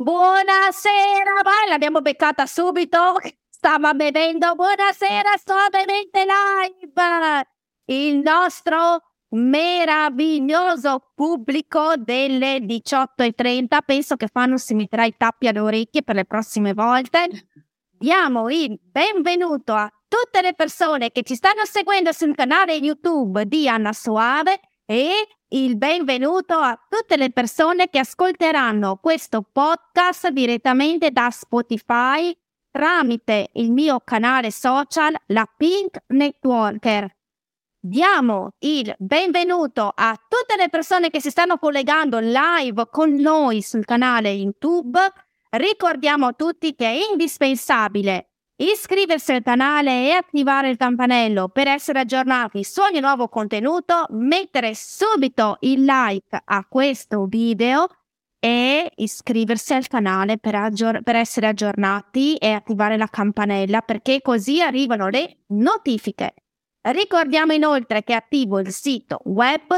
Buonasera, vai, l'abbiamo beccata subito. Stava bevendo. Buonasera, suavemente live. Il nostro meraviglioso pubblico delle 18:30. Penso che Fanno si metterà i tappi alle orecchie per le prossime volte. Diamo il benvenuto a tutte le persone che ci stanno seguendo sul canale YouTube di Anna Soave e il benvenuto a tutte le persone che ascolteranno questo podcast direttamente da Spotify tramite il mio canale social, la Pink Networker. Diamo il benvenuto a tutte le persone che si stanno collegando live con noi sul canale YouTube. Ricordiamo a tutti che è indispensabile iscriversi al canale e attivare il campanello per essere aggiornati su ogni nuovo contenuto, mettere subito il like a questo video e iscriversi al canale per essere aggiornati e attivare la campanella, perché così arrivano le notifiche. Ricordiamo inoltre che è attivo il sito web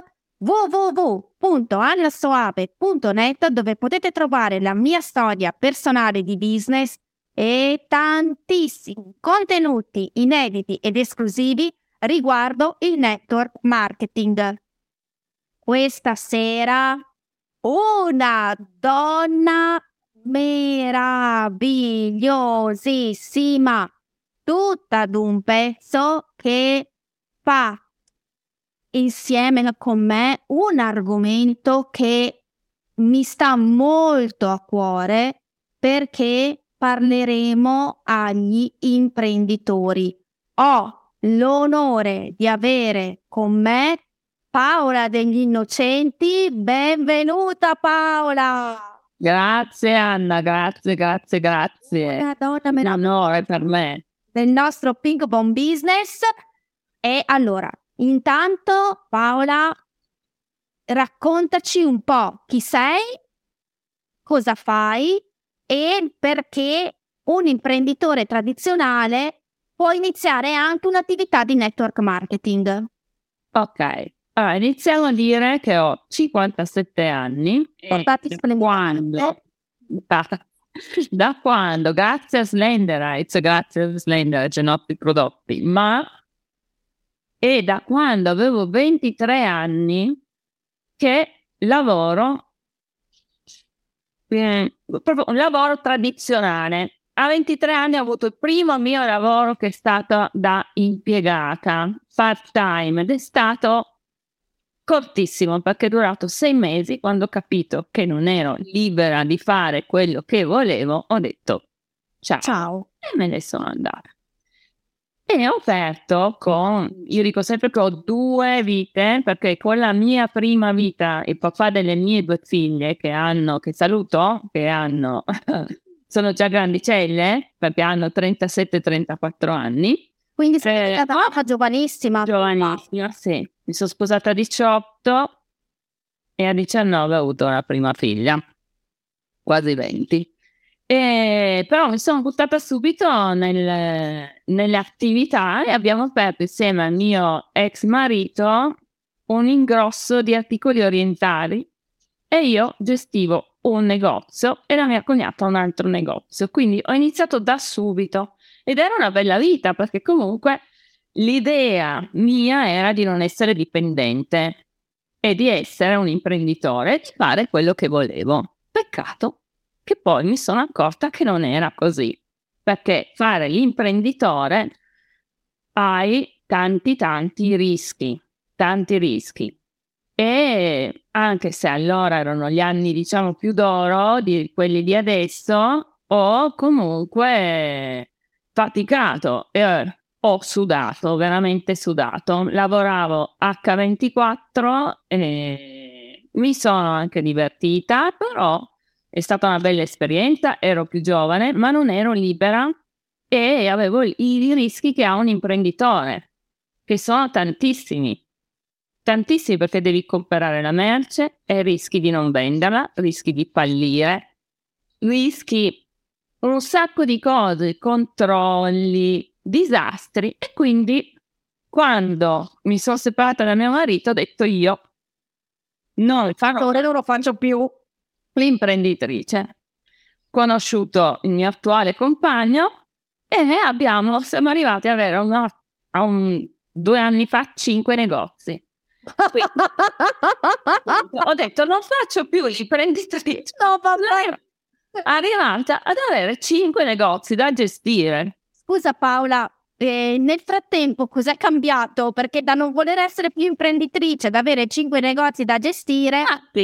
www.annasoave.net, dove potete trovare la mia storia personale di business e tantissimi contenuti inediti ed esclusivi riguardo il network marketing. Questa sera una donna meravigliosissima, tutta d'un pezzo, che fa insieme con me un argomento che mi sta molto a cuore, perché parleremo agli imprenditori. Ho l'onore di avere con me Paola degli Innocenti. Benvenuta Paola! Grazie Anna, grazie. Una donna Un onore per me. del nostro Pink Bomb Business. E allora, intanto Paola, raccontaci un po' chi sei, cosa fai e perché un imprenditore tradizionale può iniziare anche un'attività di network marketing. Ok, allora iniziamo a dire che ho 57 anni Portati da quando, grazie a Slenderites, i nostri prodotti, e da quando avevo 23 anni che lavoro proprio un lavoro tradizionale. A 23 anni ho avuto il primo mio lavoro, che è stato da impiegata part-time, ed è stato cortissimo perché è durato 6 mesi. Quando ho capito che non ero libera di fare quello che volevo, ho detto ciao e me ne sono andata. E ho aperto io dico sempre che ho 2 vite, perché con la mia prima vita il papà delle mie 2 figlie che saluto, sono già grandicelle, perché hanno 37-34 anni. Quindi sei stata giovanissima. Giovanissima, sì. Mi sono sposata a 18 e a 19 ho avuto la prima figlia, quasi 20. Però mi sono buttata subito nelle attività e abbiamo aperto insieme al mio ex marito un ingrosso di articoli orientali, e io gestivo un negozio e la mia cognata un altro negozio. Quindi ho iniziato da subito ed era una bella vita, perché comunque l'idea mia era di non essere dipendente e di essere un imprenditore, di fare quello che volevo. Peccato che poi mi sono accorta che non era così, perché fare l'imprenditore hai tanti rischi, e anche se allora erano gli anni, diciamo, più d'oro di quelli di adesso, ho comunque faticato e ho sudato, veramente sudato. Lavoravo H24 e mi sono anche divertita, però è stata una bella esperienza. Ero più giovane, ma non ero libera e avevo i rischi che ha un imprenditore, che sono tantissimi, perché devi comprare la merce e rischi di non venderla, rischi di fallire, rischi un sacco di cose, controlli, disastri. E quindi quando mi sono separata da mio marito ho detto io non lo faccio più l'imprenditrice. conosciuto il mio attuale compagno e siamo arrivati ad avere 2 anni fa 5 negozi. Quindi, ho detto non faccio più l'imprenditrice, arrivata ad avere 5 negozi da gestire. Scusa Paola, nel frattempo cos'è cambiato? Perché da non voler essere più imprenditrice ad avere 5 negozi da gestire...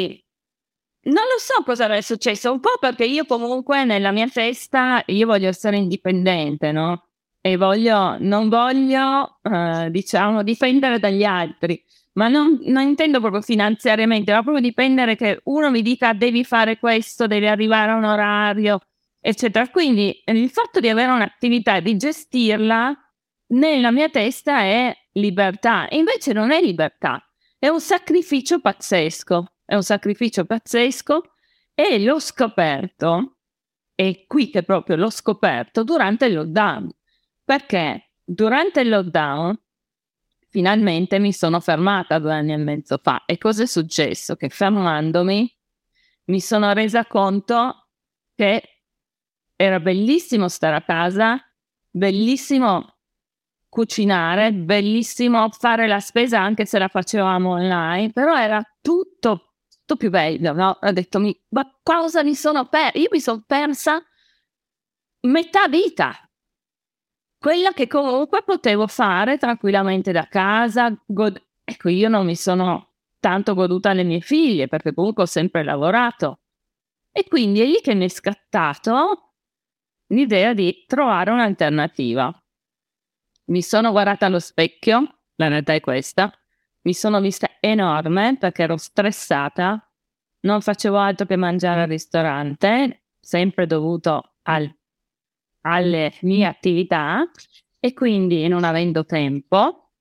Non lo so cosa è successo, un po' perché io comunque nella mia testa io voglio essere indipendente, no? E non voglio, diciamo, dipendere dagli altri, ma non intendo proprio finanziariamente, ma proprio dipendere che uno mi dica devi fare questo, devi arrivare a un orario, eccetera. Quindi il fatto di avere un'attività e di gestirla nella mia testa è libertà, e invece non è libertà, è un sacrificio pazzesco. È un sacrificio pazzesco e l'ho scoperto, è qui che proprio l'ho scoperto durante il lockdown, perché durante il lockdown finalmente mi sono fermata 2 anni e mezzo fa. E cosa è successo? Che fermandomi mi sono resa conto che era bellissimo stare a casa, bellissimo cucinare, bellissimo fare la spesa anche se la facevamo online, però era tutto più bello, no? Ho detto, ma cosa mi sono persa? Io mi sono persa metà vita, quella che comunque potevo fare tranquillamente da casa. Ecco, io non mi sono tanto goduta le mie figlie perché comunque ho sempre lavorato, e quindi è lì che mi è scattato l'idea di trovare un'alternativa. Mi sono guardata allo specchio, la realtà è questa, mi sono vista enorme perché ero stressata, non facevo altro che mangiare al ristorante, sempre dovuto alle mie attività, e quindi non avendo tempo,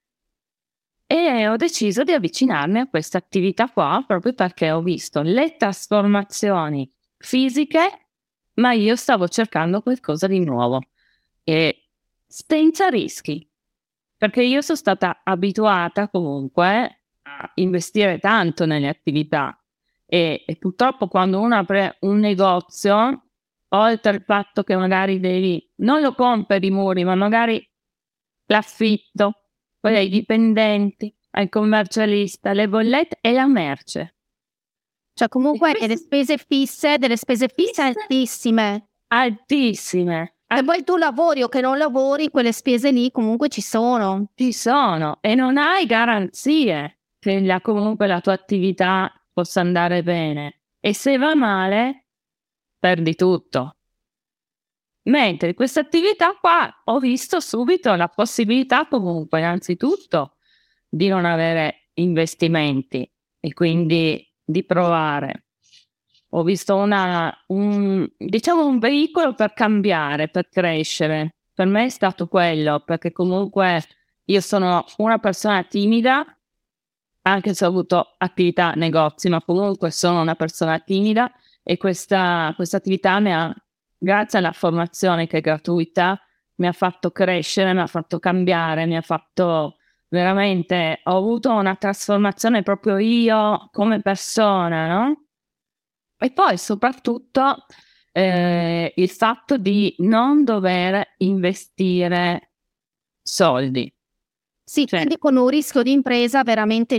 e ho deciso di avvicinarmi a questa attività qua proprio perché ho visto le trasformazioni fisiche, ma io stavo cercando qualcosa di nuovo e senza rischi. Perché io sono stata abituata comunque a investire tanto nelle attività e purtroppo quando uno apre un negozio, oltre al fatto che magari non lo compri i muri, ma magari l'affitto, poi ai dipendenti, al commercialista, le bollette e la merce. Cioè comunque delle spese fisse altissime. Altissime. E poi tu lavori o che non lavori, quelle spese lì comunque ci sono. Ci sono, e non hai garanzie che comunque la tua attività possa andare bene. E se va male, perdi tutto. Mentre questa attività qua ho visto subito la possibilità comunque, innanzitutto, di non avere investimenti e quindi di provare. Ho visto un veicolo per cambiare, per crescere. Per me è stato quello, perché comunque io sono una persona timida, anche se ho avuto attività negozi, ma comunque sono una persona timida, e questa attività grazie alla formazione che è gratuita, mi ha fatto crescere, mi ha fatto cambiare, mi ha fatto veramente, ho avuto una trasformazione proprio io come persona, no? E poi soprattutto il fatto di non dover investire soldi. Sì, quindi con un rischio di impresa veramente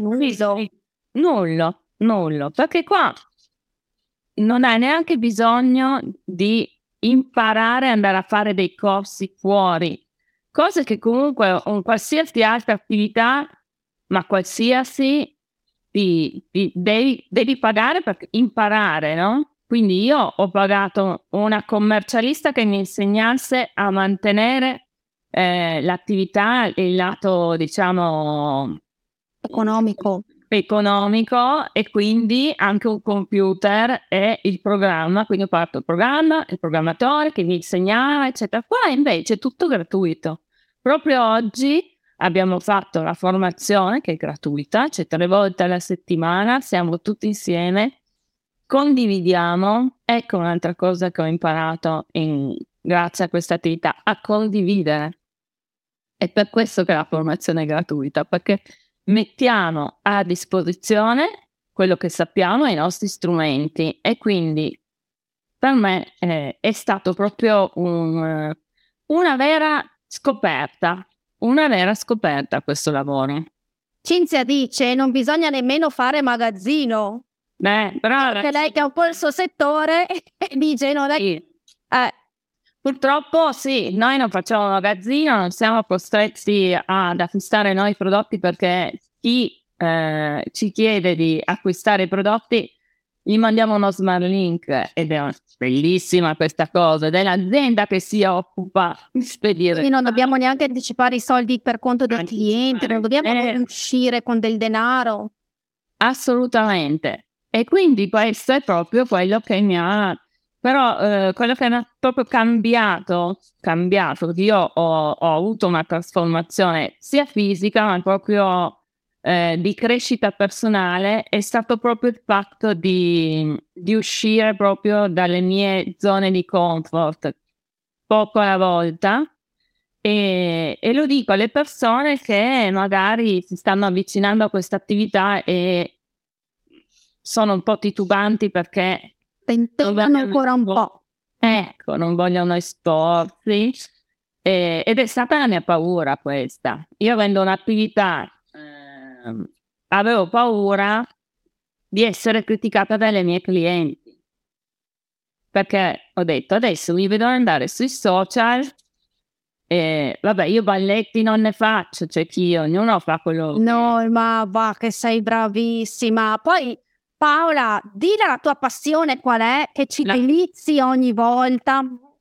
nullo. Nullo, perché qua non hai neanche bisogno di imparare ad andare a fare dei corsi fuori, cose che comunque un qualsiasi altra attività, ma qualsiasi, devi pagare per imparare, no? Quindi io ho pagato una commercialista che mi insegnasse a mantenere l'attività, il lato, diciamo, economico, e quindi anche un computer e il programma. Quindi ho fatto il programma, il programmatore che mi insegnava, eccetera. Qua invece è tutto gratuito. Proprio oggi abbiamo fatto la formazione che è gratuita, cioè 3 volte alla settimana siamo tutti insieme, condividiamo. Ecco un'altra cosa che ho imparato grazie a questa attività, a condividere. È per questo che la formazione è gratuita, perché mettiamo a disposizione quello che sappiamo, i nostri strumenti, e quindi per me è stato proprio una vera scoperta questo lavoro. Cinzia dice non bisogna nemmeno fare magazzino. Però Perché lei che ha un po' il suo settore dice non è... sì. Purtroppo sì, noi non facciamo magazzino, non siamo costretti ad acquistare noi prodotti perché chi ci chiede di acquistare i prodotti gli mandiamo uno smart link ed è bellissima questa cosa, ed è l'azienda che si occupa di spedire. Quindi non dobbiamo neanche anticipare i soldi per conto del cliente, non dobbiamo uscire con del denaro. Assolutamente. E quindi questo è proprio quello che mi ha... Però quello che mi ha proprio cambiato, perché io ho avuto una trasformazione sia fisica ma proprio di crescita personale, è stato proprio il fatto di uscire proprio dalle mie zone di comfort, poco alla volta, e lo dico alle persone che magari si stanno avvicinando a questa attività e sono un po' titubanti perché Tentano ancora un po'. Ecco, non vogliono esporsi, ed è stata la mia paura questa. Io avendo un'attività, avevo paura di essere criticata dalle mie clienti, perché ho detto adesso mi vedono andare sui social e vabbè, io balletti non ne faccio, c'è chi, ognuno fa quello. No, ma va che sei bravissima. Poi Paola, dilla la tua passione qual è, che ci delizi ogni volta.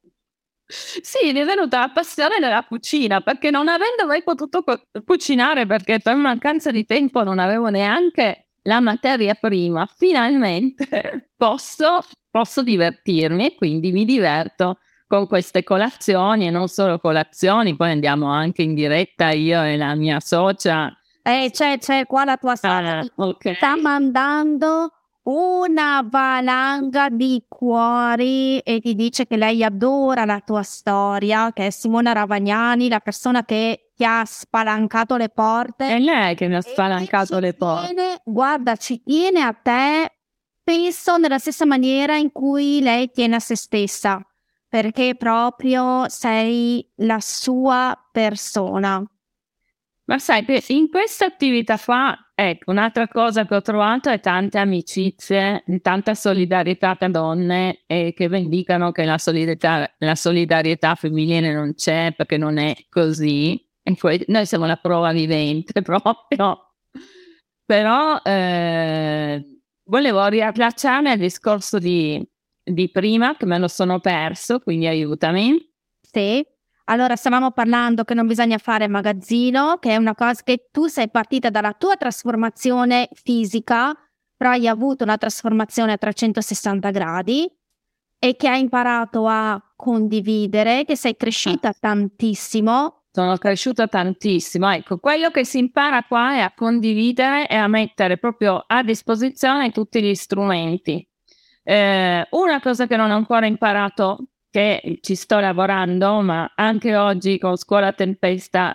Sì, mi è venuta la passione della cucina, perché non avendo mai potuto cucinare, perché per mancanza di tempo non avevo neanche la materia prima, finalmente posso divertirmi, e quindi mi diverto con queste colazioni, e non solo colazioni, poi andiamo anche in diretta io e la mia socia. C'è qua la tua socia, okay. Sta mandando una valanga di cuori e ti dice che lei adora la tua storia, che è Simona Ravagnani, la persona che ti ha spalancato le porte. È lei che mi ha spalancato le porte. Guarda, ci tiene a te, penso nella stessa maniera in cui lei tiene a se stessa, perché proprio sei la sua persona. Ma sai, in questa attività qua, ecco, un'altra cosa che ho trovato è tante amicizie, tanta solidarietà tra donne che vendicano che la solidarietà femminile non c'è perché non è così. E poi noi siamo la prova vivente proprio. Però volevo riallacciarmi al discorso di prima, che me lo sono perso, quindi aiutami. Sì. Allora, stavamo parlando che non bisogna fare magazzino, che è una cosa che tu sei partita dalla tua trasformazione fisica, però hai avuto una trasformazione a 360 gradi e che hai imparato a condividere, che sei cresciuta tantissimo. Sono cresciuta tantissimo. Ecco, quello che si impara qua è a condividere e a mettere proprio a disposizione tutti gli strumenti. Una cosa che non ho ancora imparato, che ci sto lavorando, ma anche oggi con Scuola Tempesta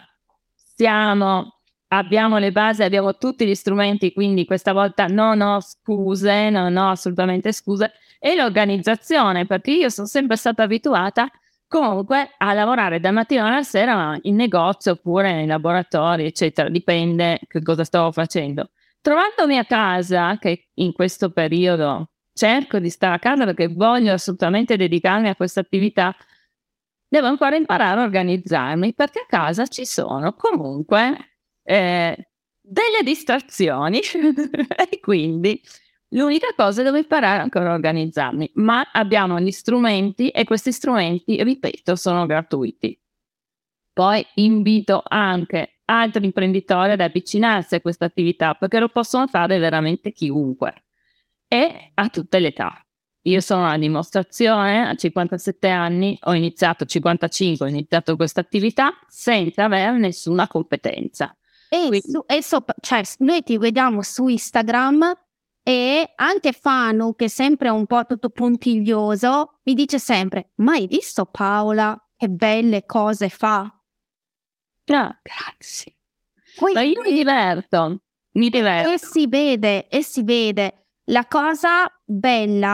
abbiamo le basi, abbiamo tutti gli strumenti, quindi questa volta non ho assolutamente scuse, è l'organizzazione, perché io sono sempre stata abituata comunque a lavorare da mattina alla sera in negozio oppure nei laboratori, eccetera, dipende che cosa stavo facendo. Trovandomi a casa, che in questo periodo cerco di stare a casa perché voglio assolutamente dedicarmi a questa attività, devo ancora imparare a organizzarmi, perché a casa ci sono comunque delle distrazioni e quindi l'unica cosa è devo imparare ancora a organizzarmi, ma abbiamo gli strumenti e questi strumenti, ripeto, sono gratuiti. Poi invito anche altri imprenditori ad avvicinarsi a questa attività, perché lo possono fare veramente chiunque e a tutte le età. Io sono una dimostrazione, a 57 anni ho iniziato, 55 ho iniziato questa attività senza avere nessuna competenza. Cioè, noi ti vediamo su Instagram e anche Fanu, che è sempre un po' tutto puntiglioso, mi dice sempre: ma hai visto Paola che belle cose fa? Grazie. Ma io mi diverto. E si vede. La cosa bella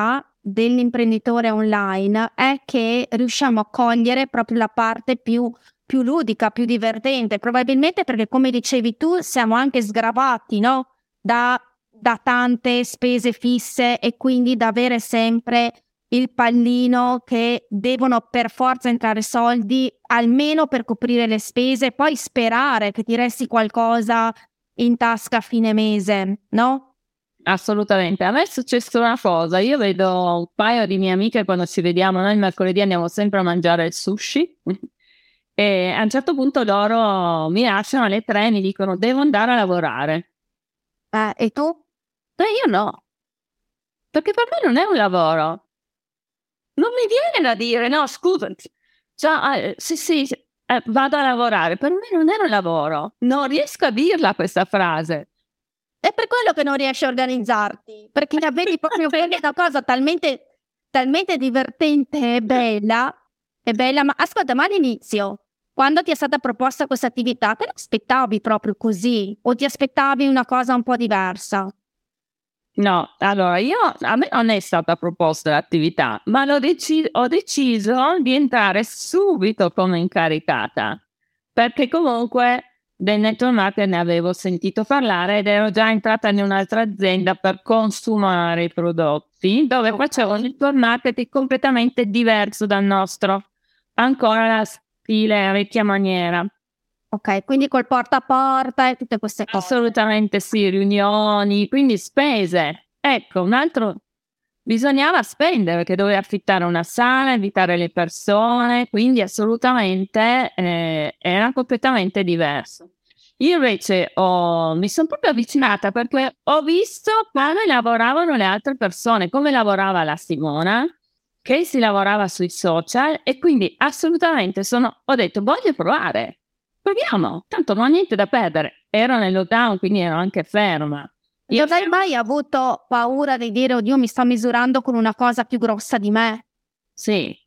dell'imprenditore online è che riusciamo a cogliere proprio la parte più ludica, più divertente, probabilmente perché, come dicevi tu, siamo anche sgravati, no? Da tante spese fisse, e quindi da avere sempre il pallino che devono per forza entrare soldi, almeno per coprire le spese, poi sperare che ti resti qualcosa in tasca a fine mese, no? Assolutamente. A me è successo una cosa, io vedo un paio di mie amiche quando ci vediamo, noi il mercoledì andiamo sempre a mangiare il sushi e a un certo punto loro mi lasciano alle 3 e mi dicono devo andare a lavorare. E tu? Io no, perché per me non è un lavoro. Non mi viene da dire no, scusa, sì, vado a lavorare, per me non è un lavoro, non riesco a dirla questa frase. È per quello che non riesci a organizzarti, perché la vedi proprio come una cosa talmente divertente e bella, ma ascolta, ma all'inizio, quando ti è stata proposta questa attività, te l'aspettavi proprio così o ti aspettavi una cosa un po' diversa? No, allora a me non è stata proposta l'attività, ma ho deciso di entrare subito come incaricata, perché comunque del network marketing ne avevo sentito parlare ed ero già entrata in un'altra azienda per consumare i prodotti, dove facevo un network marketing completamente diverso dal nostro, ancora la stile vecchia maniera. Ok, quindi col porta a porta e tutte queste cose. Assolutamente sì, riunioni, quindi spese. Ecco, un altro, bisognava spendere perché dovevi affittare una sala, invitare le persone, quindi assolutamente era completamente diverso. Io invece mi sono proprio avvicinata perché ho visto come lavoravano le altre persone, come lavorava la Simona, che si lavorava sui social, e quindi assolutamente ho detto voglio provare. Proviamo, tanto non ho niente da perdere. Ero nel lockdown, quindi ero anche ferma. Non hai mai avuto paura di dire, oddio, mi sto misurando con una cosa più grossa di me? Sì.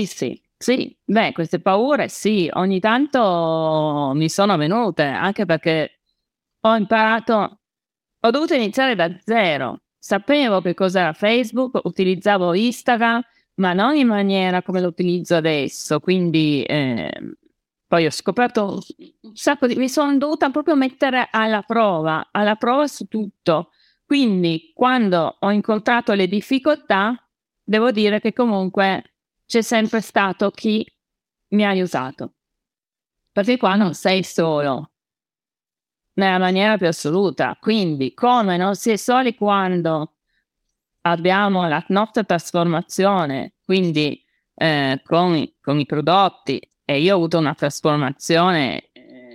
Beh, queste paure sì, ogni tanto mi sono venute, anche perché ho dovuto iniziare da zero. Sapevo che cos'era Facebook, utilizzavo Instagram, ma non in maniera come lo utilizzo adesso, quindi poi ho scoperto un sacco mi sono dovuta proprio mettere alla prova su tutto. Quindi quando ho incontrato le difficoltà, devo dire che comunque c'è sempre stato chi mi ha aiutato. Perché qua non sei solo, nella maniera più assoluta. Quindi come non si è soli quando abbiamo la nostra trasformazione, quindi con i prodotti, e io ho avuto una trasformazione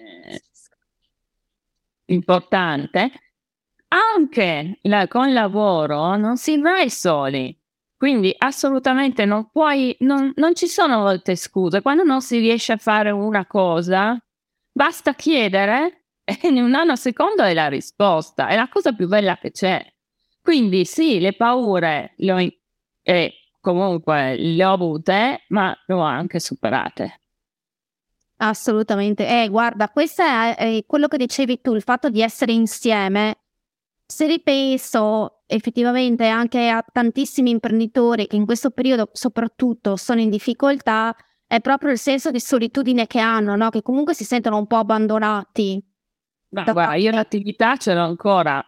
importante, anche con il lavoro non si va soli. Quindi assolutamente non ci sono molte scuse. Quando non si riesce a fare una cosa, basta chiedere e in un nanosecondo è la risposta. È la cosa più bella che c'è. Quindi sì, le paure comunque le ho avute, ma le ho anche superate. Assolutamente. Guarda, questo è quello che dicevi tu, il fatto di essere insieme. Se ripenso effettivamente anche a tantissimi imprenditori che in questo periodo soprattutto sono in difficoltà, è proprio il senso di solitudine che hanno, no? Che comunque si sentono un po' abbandonati. Guarda, io l'attività ce l'ho ancora.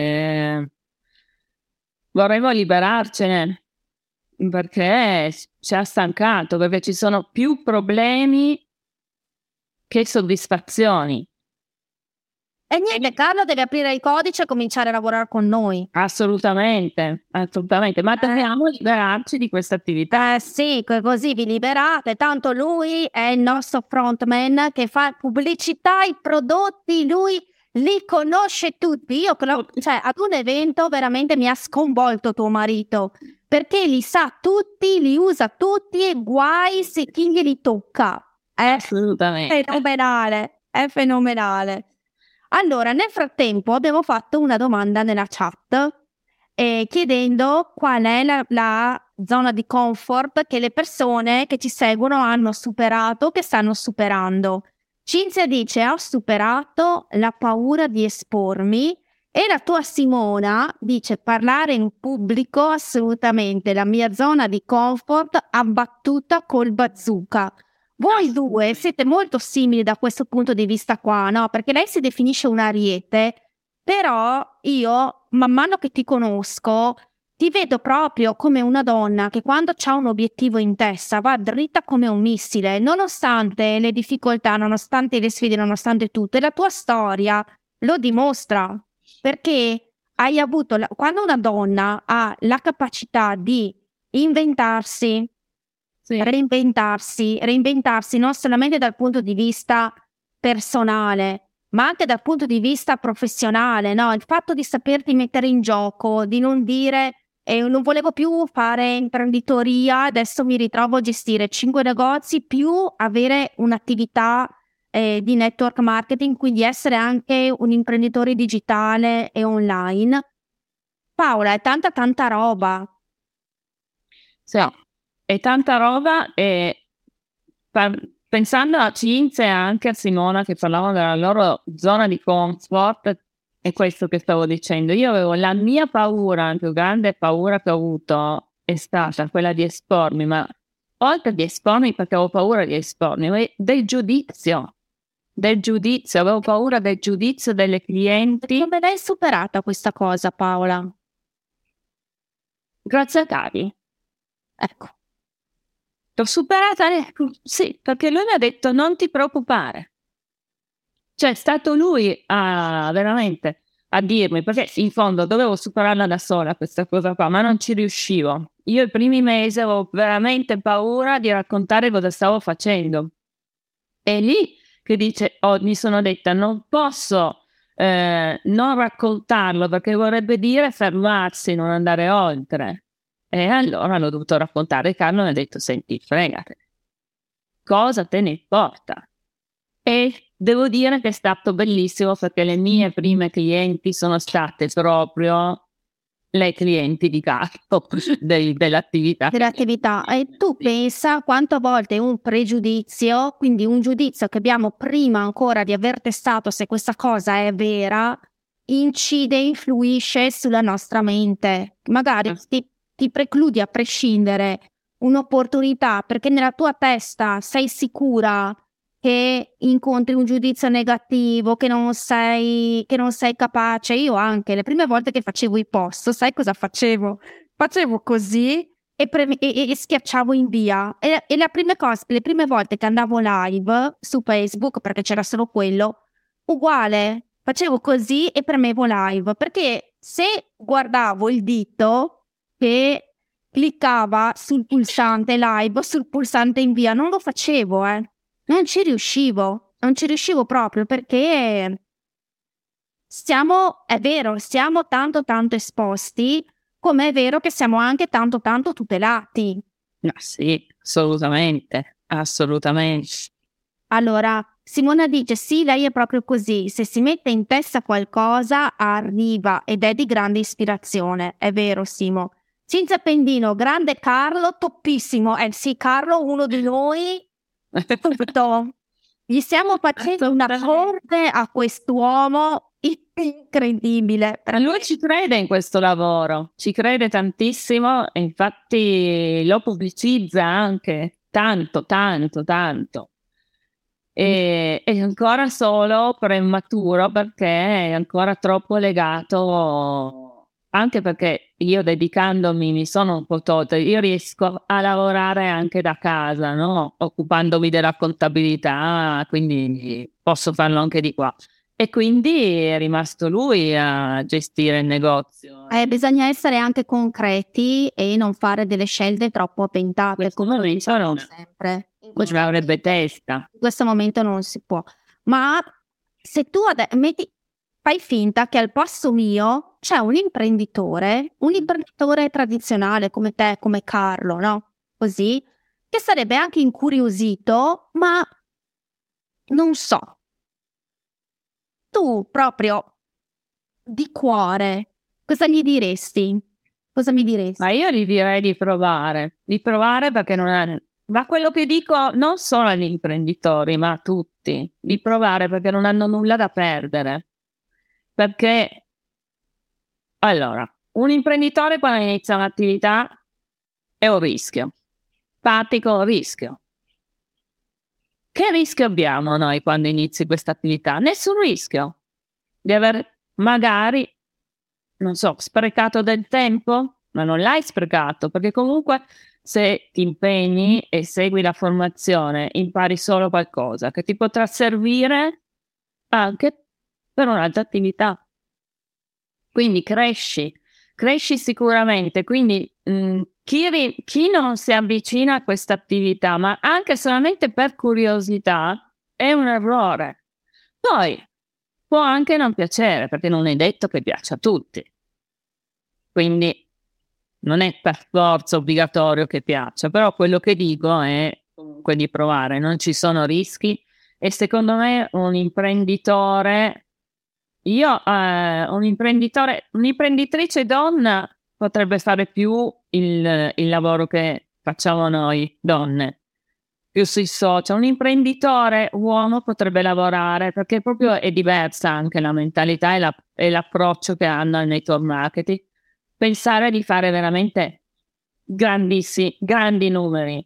Vorremmo liberarcene perché ci ha stancato, perché ci sono più problemi che soddisfazioni. E niente, Carlo deve aprire il codice e cominciare a lavorare con noi. Assolutamente, ma dobbiamo liberarci di questa attività. Sì, così vi liberate, tanto lui è il nostro frontman che fa pubblicità ai prodotti, lui li conosce tutti. Io ad un evento veramente mi ha sconvolto tuo marito, perché li sa tutti, li usa tutti e guai se chi glieli tocca. Assolutamente. È fenomenale. Allora, nel frattempo abbiamo fatto una domanda nella chat chiedendo qual è la zona di comfort che le persone che ci seguono hanno superato, che stanno superando. Cinzia dice: ho superato la paura di espormi E la tua Simona dice: parlare in pubblico assolutamente la mia zona di comfort, abbattuta col bazooka. Voi due siete molto simili da questo punto di vista qua, no? Perché lei si definisce un ariete, però io, man mano che ti conosco, ti vedo proprio come una donna che quando c'ha un obiettivo in testa va dritta come un missile, nonostante le difficoltà, nonostante le sfide, nonostante tutto. E la tua storia lo dimostra, perché hai avuto, quando una donna ha la capacità di inventarsi, Sì. reinventarsi non solamente dal punto di vista personale, ma anche dal punto di vista professionale, no? Il fatto di saperti mettere in gioco, di non dire non volevo più fare imprenditoria, adesso mi ritrovo a gestire 5 negozi, più avere un'attività di network marketing, quindi essere anche un imprenditore digitale e online. Paola, è tanta roba. Sì, è tanta roba e pensando a Cinzia e anche a Simona che parlavano della loro zona di comfort, è questo che stavo dicendo. Io avevo la mia paura, la più grande paura che ho avuto è stata quella di espormi, ma oltre di espormi perché avevo paura di espormi, del giudizio, avevo paura del giudizio delle clienti. Come l'hai superata questa cosa, Paola? Grazie a Cari. Ecco. L'ho superata, sì, perché lui mi ha detto non ti preoccupare. Cioè è stato lui veramente a dirmi, perché in fondo dovevo superarla da sola questa cosa qua, ma non ci riuscivo. Io i primi mesi avevo veramente paura di raccontare cosa stavo facendo. E lì che mi sono detta non posso non raccontarlo perché vorrebbe dire fermarsi, non andare oltre. E allora l'ho dovuto raccontare. Carlo mi ha detto: senti, fregate, cosa te ne importa? E devo dire che è stato bellissimo perché le mie prime clienti sono state proprio le clienti di Carlo dell'attività. Dell'attività. E tu pensa quanto a volte un pregiudizio, quindi un giudizio che abbiamo prima ancora di aver testato se questa cosa è vera, incide, influisce sulla nostra mente. Magari ti precludi a prescindere un'opportunità perché nella tua testa sei sicura che incontri un giudizio negativo, che non sei capace. Io anche le prime volte che facevo i post, sai cosa facevo? Facevo così e schiacciavo invia. E le prime volte che andavo live su Facebook, perché c'era solo quello, uguale. Facevo così e premevo live, perché se guardavo il dito che cliccava sul pulsante live, sul pulsante invia, non lo facevo, non ci riuscivo proprio perché è vero, siamo tanto esposti, come è vero che siamo anche tanto tutelati. Sì, assolutamente. Allora, Simona dice sì, lei è proprio così, se si mette in testa qualcosa arriva ed è di grande ispirazione, è vero Simo. Cinzia Pendino, grande Carlo, toppissimo, sì Carlo, uno di noi, tutto. Gli stiamo facendo una corte a quest'uomo incredibile. Lui ci crede in questo lavoro, ci crede tantissimo e infatti lo pubblicizza anche tanto. E è ancora solo prematuro perché è ancora troppo legato, anche perché io dedicandomi mi sono un po' tolta, io riesco a lavorare anche da casa, no? Occupandomi della contabilità, quindi posso farlo anche di qua. E quindi è rimasto lui a gestire il negozio. Bisogna essere anche concreti e non fare delle scelte troppo avventate, come lo diciamo sempre. Ci avrebbe testa. In questo momento non si può. Ma se tu fai finta che al posto mio c'è un imprenditore tradizionale come te, come Carlo, no? Così, che sarebbe anche incuriosito, ma non so. Tu proprio di cuore, cosa gli diresti? Cosa mi diresti? Ma io gli direi di provare perché non è... Ma quello che dico non solo agli imprenditori, ma a tutti, di provare perché non hanno nulla da perdere. Perché Allora, un imprenditore quando inizia un'attività è un rischio. Parti con un rischio. Che rischio abbiamo noi quando inizi questa attività? Nessun rischio. Di aver magari, non so, sprecato del tempo, ma non l'hai sprecato, perché comunque se ti impegni e segui la formazione, impari solo qualcosa che ti potrà servire anche per un'altra attività. Quindi cresci sicuramente. Quindi chi non si avvicina a questa attività, ma anche solamente per curiosità, è un errore. Poi può anche non piacere, perché non è detto che piaccia a tutti. Quindi non è per forza obbligatorio che piaccia, però quello che dico è comunque di provare, non ci sono rischi e secondo me un'imprenditrice donna potrebbe fare più il lavoro che facciamo noi donne, più sui social. Un imprenditore uomo potrebbe lavorare perché proprio è diversa anche la mentalità e l'approccio che hanno al network marketing. Pensare di fare veramente grandi numeri.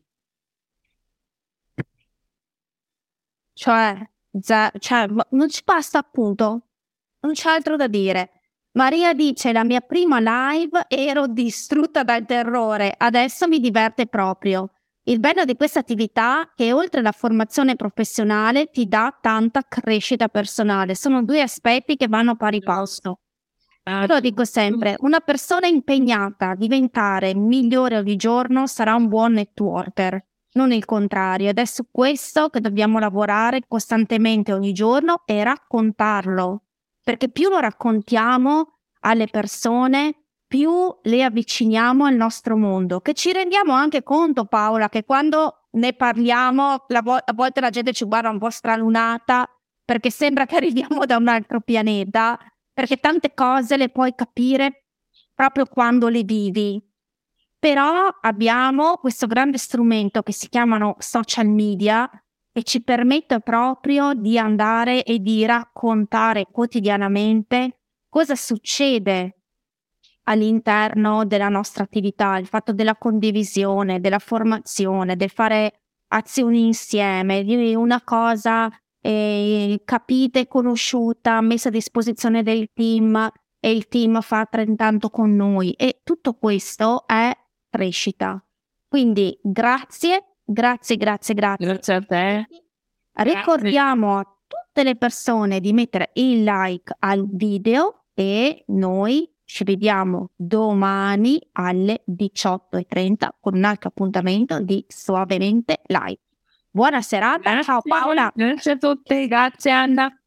Cioè, non ci basta appunto, non c'è altro da dire. Maria dice: la mia prima live ero distrutta dal terrore, adesso mi diverte proprio. Il bello di questa attività è che oltre alla formazione professionale ti dà tanta crescita personale. Sono due aspetti che vanno a pari passo. Lo dico sempre, una persona impegnata a diventare migliore ogni giorno sarà un buon networker, non il contrario. Ed è su questo che dobbiamo lavorare costantemente ogni giorno e raccontarlo, perché più lo raccontiamo alle persone, più le avviciniamo al nostro mondo, che ci rendiamo anche conto, Paola, che quando ne parliamo a volte la gente ci guarda un po' stralunata perché sembra che arriviamo da un altro pianeta, perché tante cose le puoi capire proprio quando le vivi. Però abbiamo questo grande strumento che si chiamano social media e ci permette proprio di andare e di raccontare quotidianamente cosa succede all'interno della nostra attività, il fatto della condivisione, della formazione, del fare azioni insieme, di una cosa capita e conosciuta, messa a disposizione del team e il team fa altrettanto con noi, e tutto questo è crescita. Quindi grazie. Grazie a te. Ricordiamo a tutte le persone di mettere il like al video e noi ci vediamo domani alle 18:30 con un altro appuntamento di Suavemente Live. Buona serata, ciao Paola. Grazie a tutti, grazie Anna.